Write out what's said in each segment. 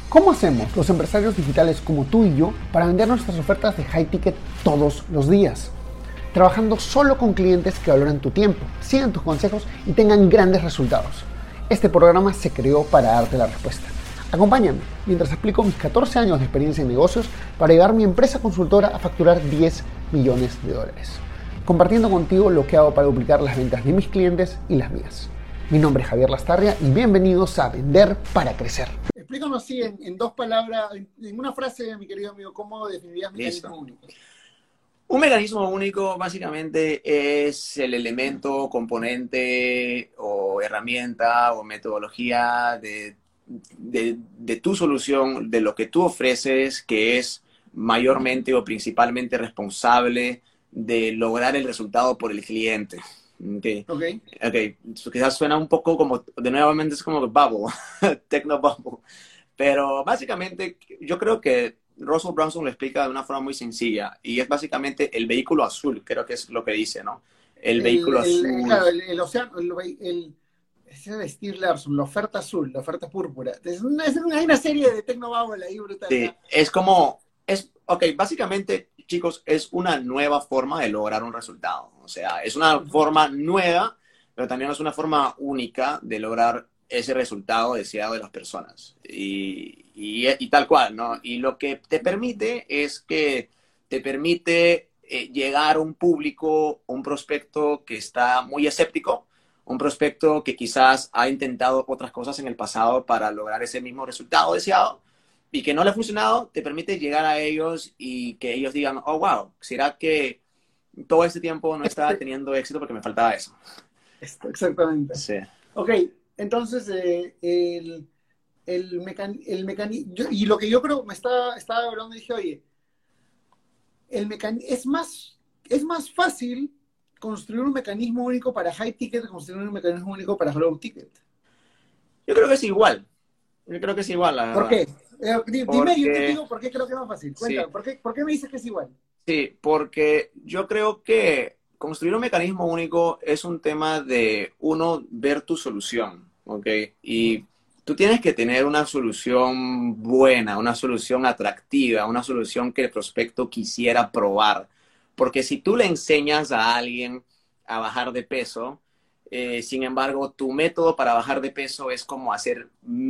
¿Cómo hacemos los empresarios digitales como tú y yo para vender nuestras ofertas de high ticket todos los días? Trabajando solo con clientes que valoran tu tiempo, sigan tus consejos y tengan grandes resultados. Este programa se creó para darte la respuesta. Acompáñame mientras explico mis 14 años de experiencia en negocios para llevar mi empresa consultora a facturar 10 millones de dólares. Compartiendo contigo lo que hago para duplicar las ventas de mis clientes y las mías. Mi nombre es Javier Lastarria y bienvenidos a Vender para Crecer. Explícanos así en dos palabras, en una frase, mi querido amigo, ¿cómo definirías mecanismo único? Un mecanismo único básicamente es el elemento, componente o herramienta o metodología de tu solución, de lo que tú ofreces, que es mayormente o principalmente responsable de lograr el resultado por el cliente. Okay. So, quizás suena un poco como, de nuevamente es como bubble, techno bubble. Pero básicamente yo creo que Russell Brunson lo explica de una forma muy sencilla y es básicamente el vehículo azul, creo que es lo que dice, ¿no? El vehículo azul. Claro, el océano, ese de Steve Larson, la oferta azul, la oferta púrpura. Hay una serie de techno bubble ahí brutal. Sí, básicamente, chicos, es una nueva forma de lograr un resultado. O sea, es una forma nueva, pero también es una forma única de lograr ese resultado deseado de las personas. Y tal cual, ¿no? Y lo que te permite es que te permite llegar a un público, un prospecto que está muy escéptico, un prospecto que quizás ha intentado otras cosas en el pasado para lograr ese mismo resultado deseado y que no le ha funcionado, te permite llegar a ellos y que ellos digan, oh, wow, ¿será que todo este tiempo no estaba teniendo éxito porque me faltaba eso? Exactamente. Sí. Ok, entonces el mecanismo, y lo que yo creo, estaba hablando y dije, oye, es más fácil construir un mecanismo único para high ticket que construir un mecanismo único para low ticket. Yo creo que es igual. Yo creo que es igual, la verdad. ¿Por qué? Dime, yo te digo por qué creo que es más fácil. Cuéntame, sí. ¿Por qué me dices que es igual? Sí, porque yo creo que construir un mecanismo único es un tema de uno ver tu solución, ¿ok? Y tú tienes que tener una solución buena, una solución atractiva, una solución que el prospecto quisiera probar. Porque si tú le enseñas a alguien a bajar de peso, sin embargo, tu método para bajar de peso es como hacer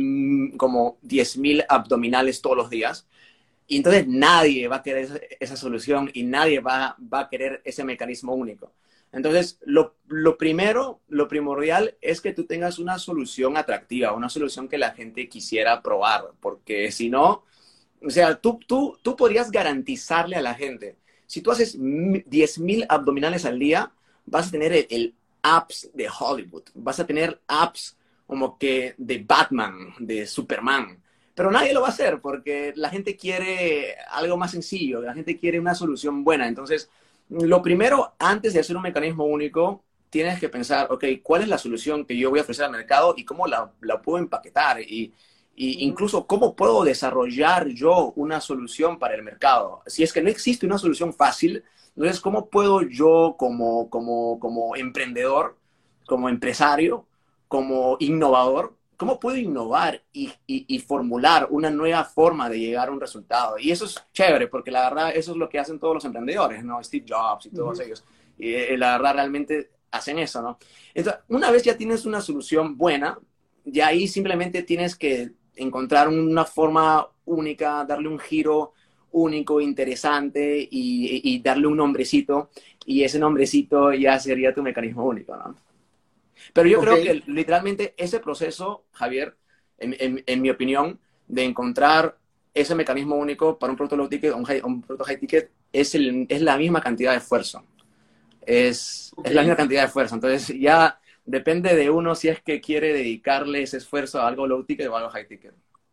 como 10,000 abdominales todos los días. Y entonces nadie va a querer esa solución y nadie va a querer ese mecanismo único. Entonces, lo primordial es que tú tengas una solución atractiva, una solución que la gente quisiera probar, porque si no, o sea, tú podrías garantizarle a la gente, si tú haces 10,000 abdominales al día, vas a tener el abs de Hollywood, vas a tener abs como que de Batman, de Superman. Pero nadie lo va a hacer porque la gente quiere algo más sencillo, la gente quiere una solución buena. Entonces, lo primero, antes de hacer un mecanismo único, tienes que pensar, ok, ¿cuál es la solución que yo voy a ofrecer al mercado y cómo la puedo empaquetar? Y incluso, ¿cómo puedo desarrollar yo una solución para el mercado? Si es que no existe una solución fácil, entonces, ¿cómo puedo yo como emprendedor, como empresario, como innovador, cómo puedo innovar y formular una nueva forma de llegar a un resultado? Y eso es chévere, porque la verdad eso es lo que hacen todos los emprendedores, ¿no? Steve Jobs y todos ellos. Y la verdad realmente hacen eso, ¿no? Entonces, una vez ya tienes una solución buena, ya ahí simplemente tienes que encontrar una forma única, darle un giro único, interesante y darle un nombrecito. Y ese nombrecito ya sería tu mecanismo único, ¿no? Pero yo creo que literalmente ese proceso, Javier, en mi opinión, de encontrar ese mecanismo único para un producto low ticket o un producto high ticket es la misma cantidad de esfuerzo. Es la misma cantidad de esfuerzo. Entonces ya depende de uno si es que quiere dedicarle ese esfuerzo a algo low ticket o a algo high ticket.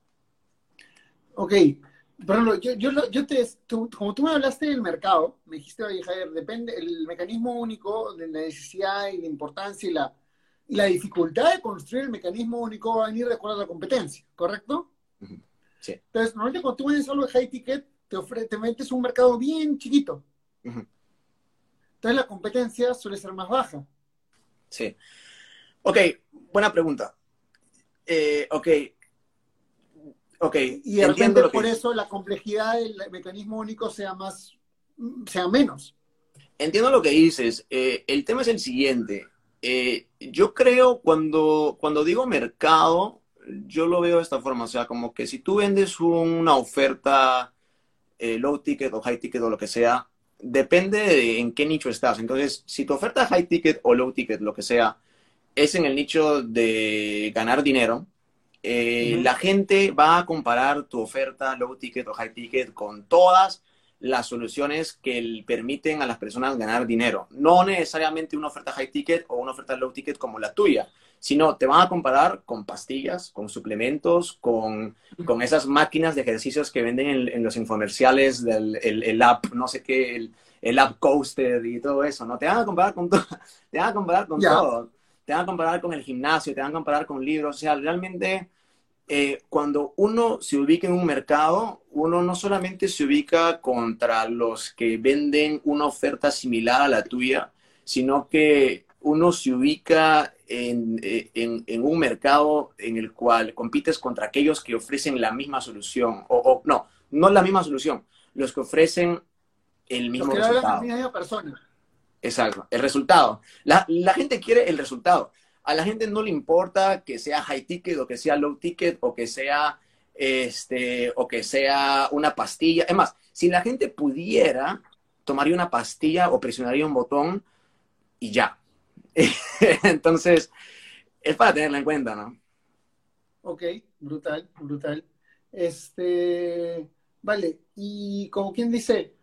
Ok. Por ejemplo, como tú me hablaste del mercado, me dijiste, oye, Javier, depende, el mecanismo único de la necesidad y la importancia y la dificultad de construir el mecanismo único va a venir de acuerdo a la competencia, ¿correcto? Sí. Entonces, normalmente cuando tú vendes algo de high ticket, te metes un mercado bien chiquito. Entonces, la competencia suele ser más baja. Sí. Ok, buena pregunta. Ok, Ok, y de entiendo repente lo que por dices. eso la complejidad del mecanismo único sea menos. Entiendo lo que dices. El tema es el siguiente. Yo creo cuando digo mercado, yo lo veo de esta forma. O sea, como que si tú vendes una oferta low ticket o high ticket o lo que sea, depende de en qué nicho estás. Entonces, si tu oferta high ticket o low ticket, lo que sea, es en el nicho de ganar dinero, Ujú. la gente va a comparar tu oferta low ticket o high ticket con todas las soluciones que permiten a las personas ganar dinero. No necesariamente una oferta high ticket o una oferta low ticket como la tuya, sino te van a comparar con pastillas, con suplementos, con esas máquinas de ejercicios que venden en los infomerciales del el app, no sé qué, el app coaster y todo eso, ¿no? Te van a comparar con todo, te van a comparar con Ya, todo. Te van a comparar con el gimnasio, te van a comparar con libros, o sea, realmente cuando uno se ubica en un mercado, uno no solamente se ubica contra los que venden una oferta similar a la tuya, sino que uno se ubica en un mercado en el cual compites contra aquellos que ofrecen la misma solución, o no, no la misma solución, los que ofrecen el los mismo que no hablan la resultado. misma persona. Exacto, el resultado. La gente quiere el resultado. A la gente no le importa que sea high ticket o que sea low ticket o que sea una pastilla. Es más, si la gente pudiera, tomaría una pastilla o presionaría un botón y ya. Entonces, es para tenerla en cuenta, ¿no? Ok, brutal, brutal. Vale, y como quien dice,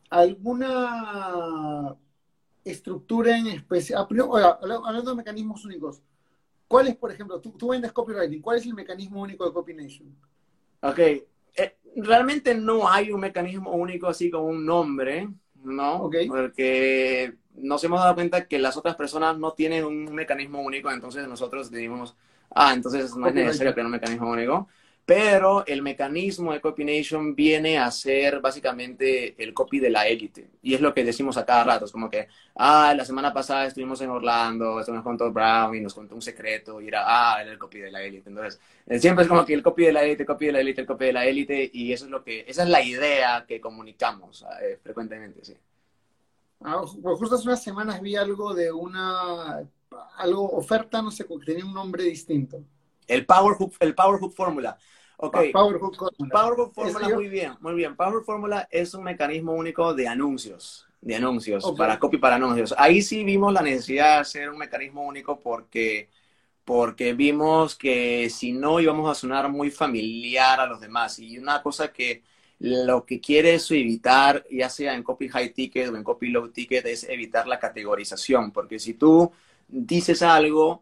¿alguna estructura en especial? Hablando de mecanismos únicos, ¿cuál es, por ejemplo, tú vendes copywriting, ¿cuál es el mecanismo único de CopyNation? Ok, realmente no hay un mecanismo único así como un nombre, ¿no? Ok, Porque nos hemos dado cuenta que las otras personas no tienen un mecanismo único, entonces nosotros decimos, entonces no es necesario copywriting. tener un mecanismo único, pero el mecanismo de Copy Nation viene a ser básicamente el copy de la élite, y es lo que decimos a cada rato, es como que, la semana pasada estuvimos en Orlando, estuvimos con Todd Brown y nos contó un secreto, y era el copy de la élite, entonces siempre es como que el copy de la élite, copy de la élite, el copy de la élite, y eso es esa es la idea que comunicamos frecuentemente, sí. Pues justo hace unas semanas vi algo de algo oferta, no sé, que tenía un nombre distinto. El Power Hook Fórmula. Ok, PowerHook Formula. Power Hook Eso Fórmula, yo, muy bien, muy bien. Power Hook Fórmula es un mecanismo único de anuncios, ok, para copy para anuncios. Ahí sí vimos la necesidad de hacer un mecanismo único porque vimos que si no íbamos a sonar muy familiar a los demás. Y una cosa que lo que quiere es evitar, ya sea en copy high ticket o en copy low ticket, es evitar la categorización, porque si tú dices algo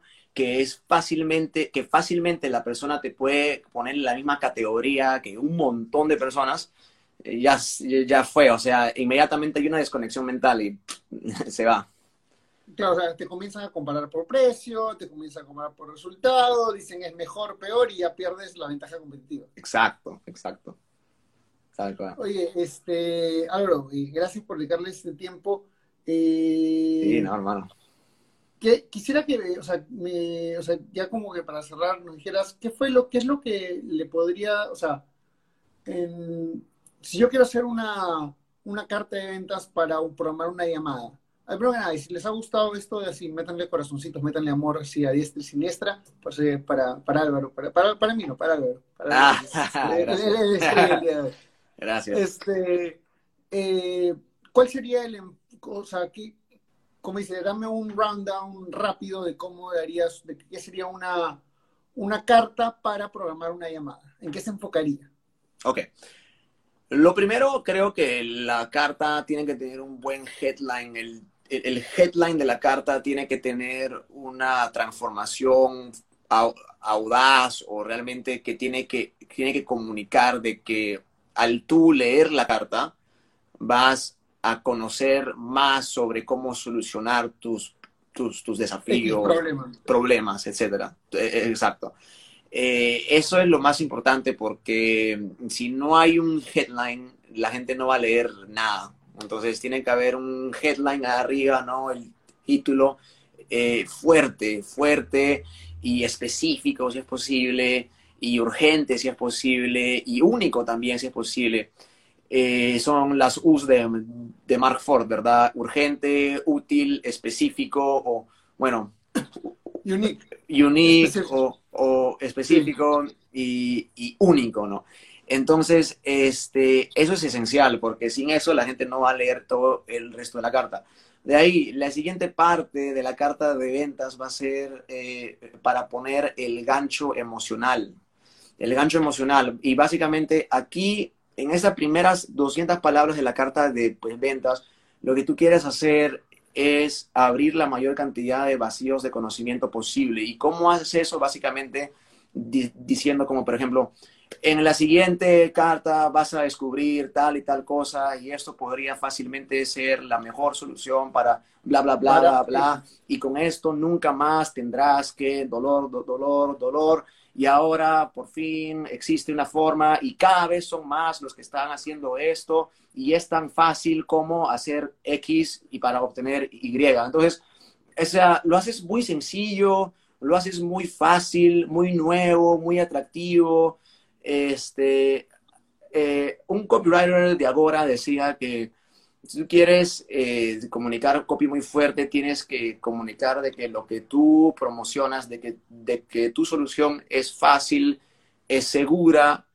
que fácilmente la persona te puede poner en la misma categoría que un montón de personas, ya fue, o sea, inmediatamente hay una desconexión mental y se va. claro, o sea, te comienzan a comparar por precio, te comienzan a comparar por resultado, dicen es mejor, peor y ya pierdes la ventaja competitiva. Exacto, exacto. Tal cual. Oye, Álvaro, y gracias por dedicarle este tiempo. Sí, Eh, no, hermano. Quisiera que, o sea, ya como que para cerrar, nos dijeras qué es lo que le podría, o sea, si yo quiero hacer una carta de ventas para programar una llamada. Primero que nada, y si les ha gustado esto de así, métanle corazoncitos, métanle amor así a diestra y siniestra, pues para Álvaro, para mí no, para Álvaro, Ah, que es gracias. el estrella del día de hoy. Gracias. Este, ¿Cuál sería o sea, como dice, dame un rundown rápido de cómo harías, de qué sería una carta para programar una llamada? ¿En qué se enfocaría? Ok. Lo primero, creo que la carta tiene que tener un buen headline. El headline de la carta tiene que tener una transformación audaz o realmente que tiene que comunicar de que al tú leer la carta vas a conocer más sobre cómo solucionar tus X desafíos, problema. problemas, etcétera. Exacto. Eso es lo más importante porque si no hay un headline, la gente no va a leer nada. Entonces tiene que haber un headline arriba, ¿no? El título fuerte y específico si es posible. y urgente si es posible, y único también si es posible. Son las U's de Mark Ford, ¿verdad? Urgente, útil, específico o, bueno, Unique. unique Específico. o Sí. específico y único, ¿no? Entonces, eso es esencial, porque sin eso la gente no va a leer todo el resto de la carta. De ahí, la siguiente parte de la carta de ventas va a ser para poner el gancho emocional. El gancho emocional. Y básicamente aquí, en esas primeras 200 palabras de la carta de pues, ventas, lo que tú quieres hacer es abrir la mayor cantidad de vacíos de conocimiento posible. ¿Y cómo haces eso? Básicamente diciendo como, por ejemplo, en la siguiente carta vas a descubrir tal y tal cosa y esto podría fácilmente ser la mejor solución para bla, bla, bla, Para bla, bla. Y con esto nunca más tendrás que dolor, dolor, dolor. Y ahora por fin existe una forma y cada vez son más los que están haciendo esto y es tan fácil como hacer X y para obtener Y. Entonces, o sea, lo haces muy sencillo, lo haces muy fácil, muy nuevo, muy atractivo. Este, un copywriter de Agora decía que si tú quieres comunicar copy muy fuerte, tienes que comunicar de que lo que tú promocionas, de que tu solución es fácil, es segura,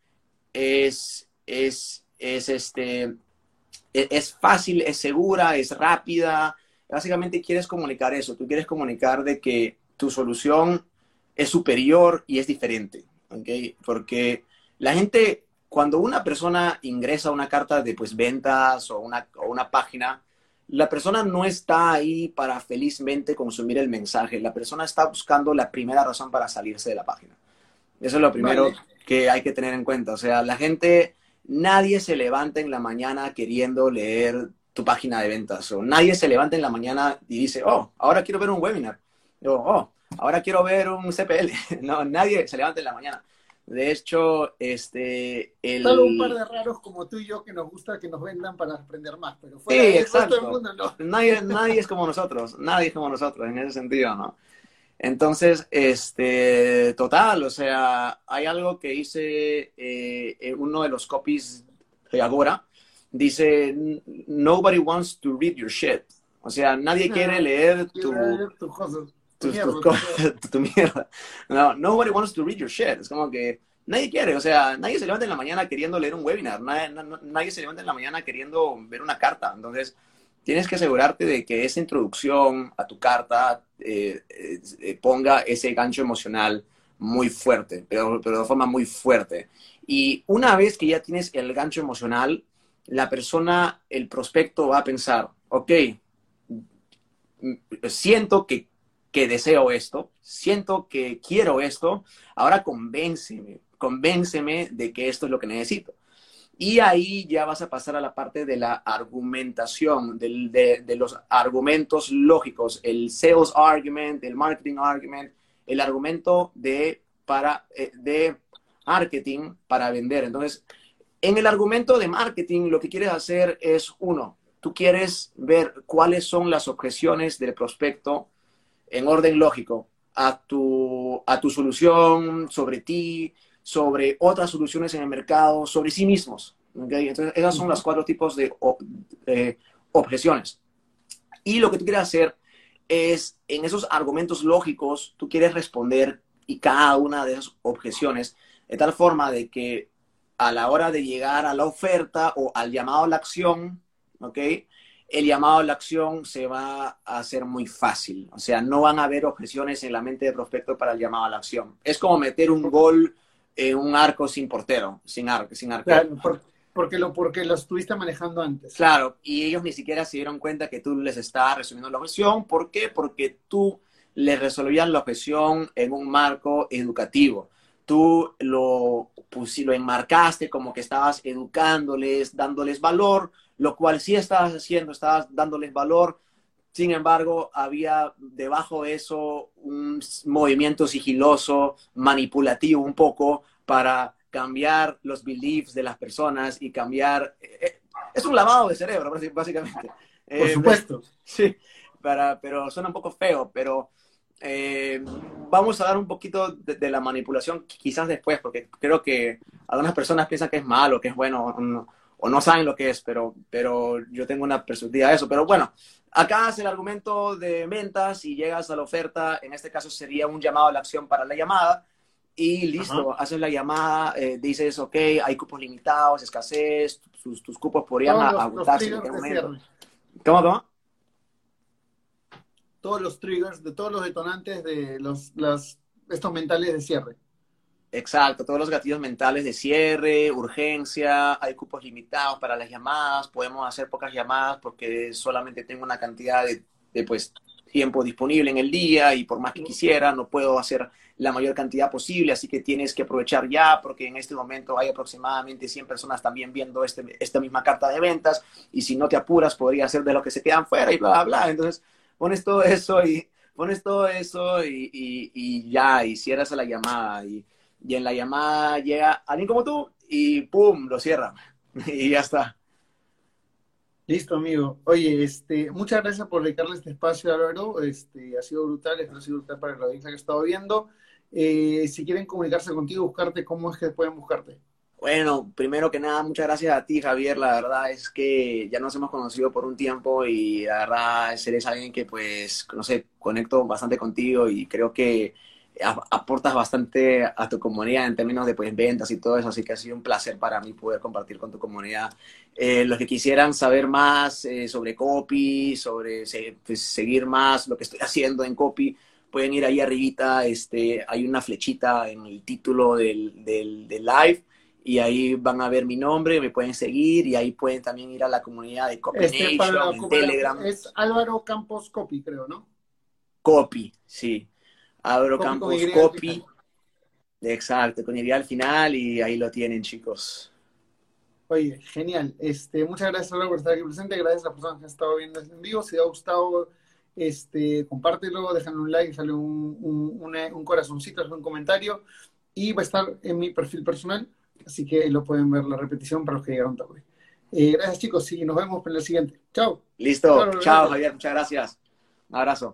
es fácil, es segura, es rápida. Básicamente quieres comunicar eso. Tú quieres comunicar de que tu solución es superior y es diferente. ¿Okay? Porque la gente, cuando una persona ingresa una carta de pues, ventas o una página, la persona no está ahí para felizmente consumir el mensaje. La persona está buscando la primera razón para salirse de la página. Eso es lo primero Vale. que hay que tener en cuenta. O sea, la gente, nadie se levanta en la mañana queriendo leer tu página de ventas. O nadie se levanta en la mañana y dice, oh, ahora quiero ver un webinar. O, oh, ahora quiero ver un CPL. No, nadie se levanta en la mañana. De hecho, Solo un par de raros como tú y yo que nos gusta que nos vendan para aprender más, pero fuera Sí, de eso, todo el exacto. mundo no. Nadie es como nosotros. Nadie es como nosotros en ese sentido, ¿no? Entonces, total, o sea, hay algo que hice en uno de los copies de Agora, dice, nobody wants to read your shit. O sea, nadie quiere No, leer quiero ver tus cosas, tu tus mierda, tu cosas, mierda. tu mierda. No, nobody wants to read your shit. Es como que nadie quiere, o sea, nadie se levanta en la mañana queriendo leer un webinar, nadie se levanta en la mañana queriendo ver una carta. Entonces, tienes que asegurarte de que esa introducción a tu carta ponga ese gancho emocional muy fuerte, pero de forma muy fuerte. Y una vez que ya tienes el gancho emocional, la persona, el prospecto va a pensar, ok, siento que deseo esto, siento que quiero esto, ahora convénceme de que esto es lo que necesito. Y ahí ya vas a pasar a la parte de la argumentación, de los argumentos lógicos, el sales argument, el marketing argument, el argumento de marketing para vender. Entonces, en el argumento de marketing, lo que quieres hacer es, uno, tú quieres ver cuáles son las objeciones del prospecto en orden lógico a tu solución, sobre ti, sobre otras soluciones en el mercado, sobre sí mismos. ¿Okay? Entonces, esas son las cuatro tipos de objeciones. Y lo que tú quieres hacer es, en esos argumentos lógicos, tú quieres responder y cada una de esas objeciones de tal forma de que a la hora de llegar a la oferta o al llamado a la acción, ¿ok? El llamado a la acción se va a hacer muy fácil. O sea, no van a haber objeciones en la mente del prospecto para el llamado a la acción. Es como meter un gol en un arco sin portero, sin arquero. Claro, porque lo estuviste manejando antes. Claro, y ellos ni siquiera se dieron cuenta que tú les estabas resumiendo la objeción. ¿Por qué? Porque tú les resolvías la objeción en un marco educativo. Tú lo enmarcaste como que estabas educándoles, dándoles valor, lo cual sí estabas haciendo, estabas dándoles valor. Sin embargo, había debajo de eso un movimiento sigiloso, manipulativo un poco, para cambiar los beliefs de las personas y cambiar... es un lavado de cerebro, básicamente. Por supuesto. Sí, pero suena un poco feo, pero vamos a dar un poquito de la manipulación quizás después, porque creo que algunas personas piensan que es malo, que es bueno, o no saben lo que es, pero yo tengo una perspectiva de eso. Pero bueno, acá hace el argumento de ventas y llegas a la oferta. En este caso sería un llamado a la acción para la llamada. Y listo, haces la llamada, dices, ok, hay cupos limitados, escasez, tus cupos podrían agotarse en este momento. ¿Cómo? Todos los triggers, de todos los detonantes de estos mentales de cierre. Exacto, todos los gatillos mentales de cierre, urgencia, hay cupos limitados para las llamadas, podemos hacer pocas llamadas porque solamente tengo una cantidad de pues, tiempo disponible en el día y por más que quisiera no puedo hacer la mayor cantidad posible, así que tienes que aprovechar ya porque en este momento hay aproximadamente 100 personas también viendo esta misma carta de ventas y si no te apuras podría ser de los que se quedan fuera y bla, bla, bla. Entonces pones todo eso y ya, y cierras la llamada y en la llamada llega alguien como tú y ¡pum! Lo cierra y ya está. Listo, amigo. Oye, muchas gracias por dedicarle este espacio, Álvaro. Ha sido brutal, esto ha sido brutal para la audiencia que he estado viendo. Si quieren comunicarse contigo, buscarte, ¿cómo es que pueden buscarte? Bueno, primero que nada, muchas gracias a ti, Javier. La verdad es que ya nos hemos conocido por un tiempo y la verdad eres alguien que, pues, no sé, conecto bastante contigo y creo que aportas bastante a tu comunidad en términos de pues, ventas y todo eso, así que ha sido un placer para mí poder compartir con tu comunidad. Los que quisieran saber más sobre copy, sobre pues, seguir más lo que estoy haciendo en copy, pueden ir ahí arribita, hay una flechita en el título del live y ahí van a ver mi nombre, me pueden seguir y ahí pueden también ir a la comunidad de Copy Nation, en Telegram. Es Álvaro Campos Copy, creo, ¿no? Copy, sí. Álvaro Campos Copy. Exacto, con Y al final y ahí lo tienen, chicos. Oye, genial. Muchas gracias, Álvaro, por estar aquí presente. Gracias a las personas que han estado viendo en vivo. Si te ha gustado, compártelo, déjale un like, déjale un corazoncito, un comentario. Y va a estar en mi perfil personal, así que lo pueden ver la repetición para los que llegaron tarde. Gracias, chicos, y nos vemos en el siguiente. Chao. Listo. Chao, Javier. Muchas gracias. Un abrazo.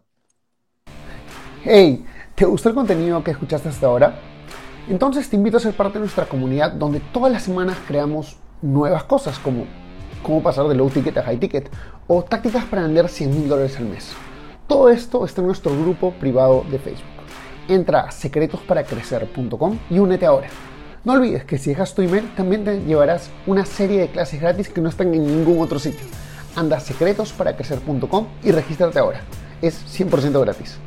Hey, ¿te gustó el contenido que escuchaste hasta ahora? Entonces te invito a ser parte de nuestra comunidad donde todas las semanas creamos nuevas cosas como cómo pasar de low ticket a high ticket o tácticas para vender $100,000 al mes. Todo esto está en nuestro grupo privado de Facebook. Entra a secretosparacrecer.com y únete ahora. No olvides que si dejas tu email también te llevarás una serie de clases gratis que no están en ningún otro sitio. Anda a secretosparacrecer.com y regístrate ahora. Es 100% gratis.